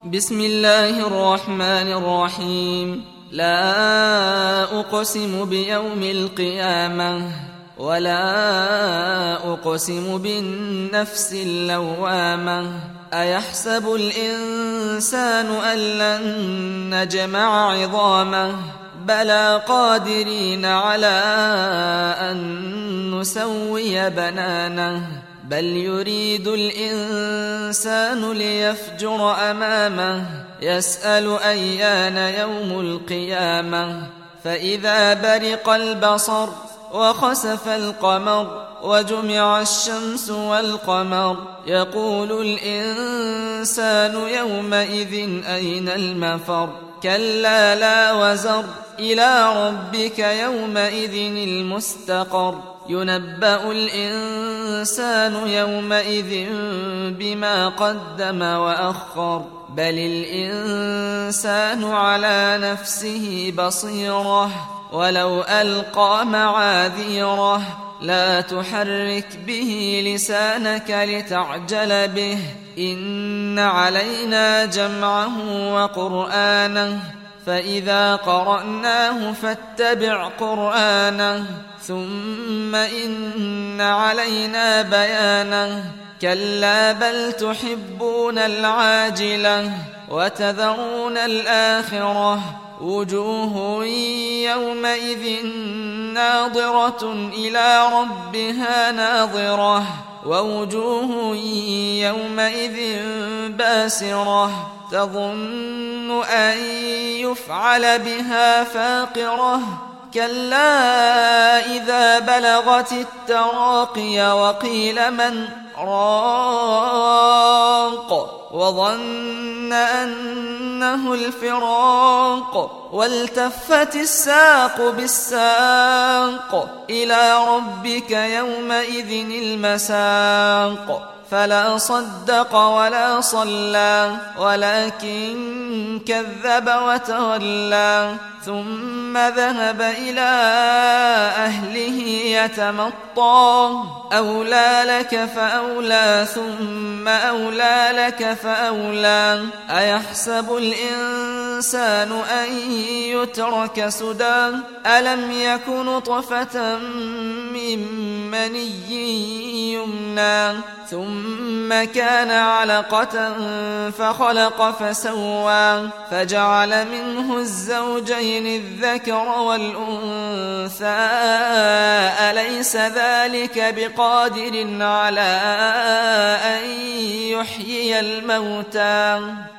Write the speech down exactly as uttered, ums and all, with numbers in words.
بسم الله الرحمن الرحيم. لا أقسم بيوم القيامة ولا أقسم بالنفس اللوامة. أيحسب الإنسان أن لن نجمع عظامه بلى قادرين على أن نسوي بنانه بل يريد الإنسان ليفجر أمامه يسأل أيان يوم القيامة. فإذا برق البصر وخسف القمر وجمع الشمس والقمر يقول الإنسان يومئذ أين المفر. كلا لا وزر إلى ربك يومئذ المستقر. ينبأ الإنسان يومئذ بما قدم وأخر بل الإنسان على نفسه بصيرة ولو ألقى معاذيره. لا تحرك به لسانك لتعجل به إن علينا جمعه وقرآنه فإذا قرأناه فاتبع قرآنه ثم إن علينا بيانه. كلا بل تحبون العاجلة وتذرون الآخرة. وجوه يومئذ ناظرة إلى ربها ناظرة ووجوه يومئذ باسرة تظن أن يفعل بها فاقرة. كلا إذا بلغت التراقي وقيل من راق وظن أنه الفراق والتفت الساق بالساق إلى ربك يومئذ المساق. فلا صدق ولا صلى ولكن كذب وتولى ثم ذهب إلى أهله يتمطى. أولى لك فأولى ثم أولى لك فأولى. أيحسب الإنسان أن يترك سدى ألم يك نطفة من مني يمنى ثم كان علقة فخلق فسوى فجعل منه الزوجين الذكر والأنثى أليس ذلك بقادر على أن يحيي الموتى.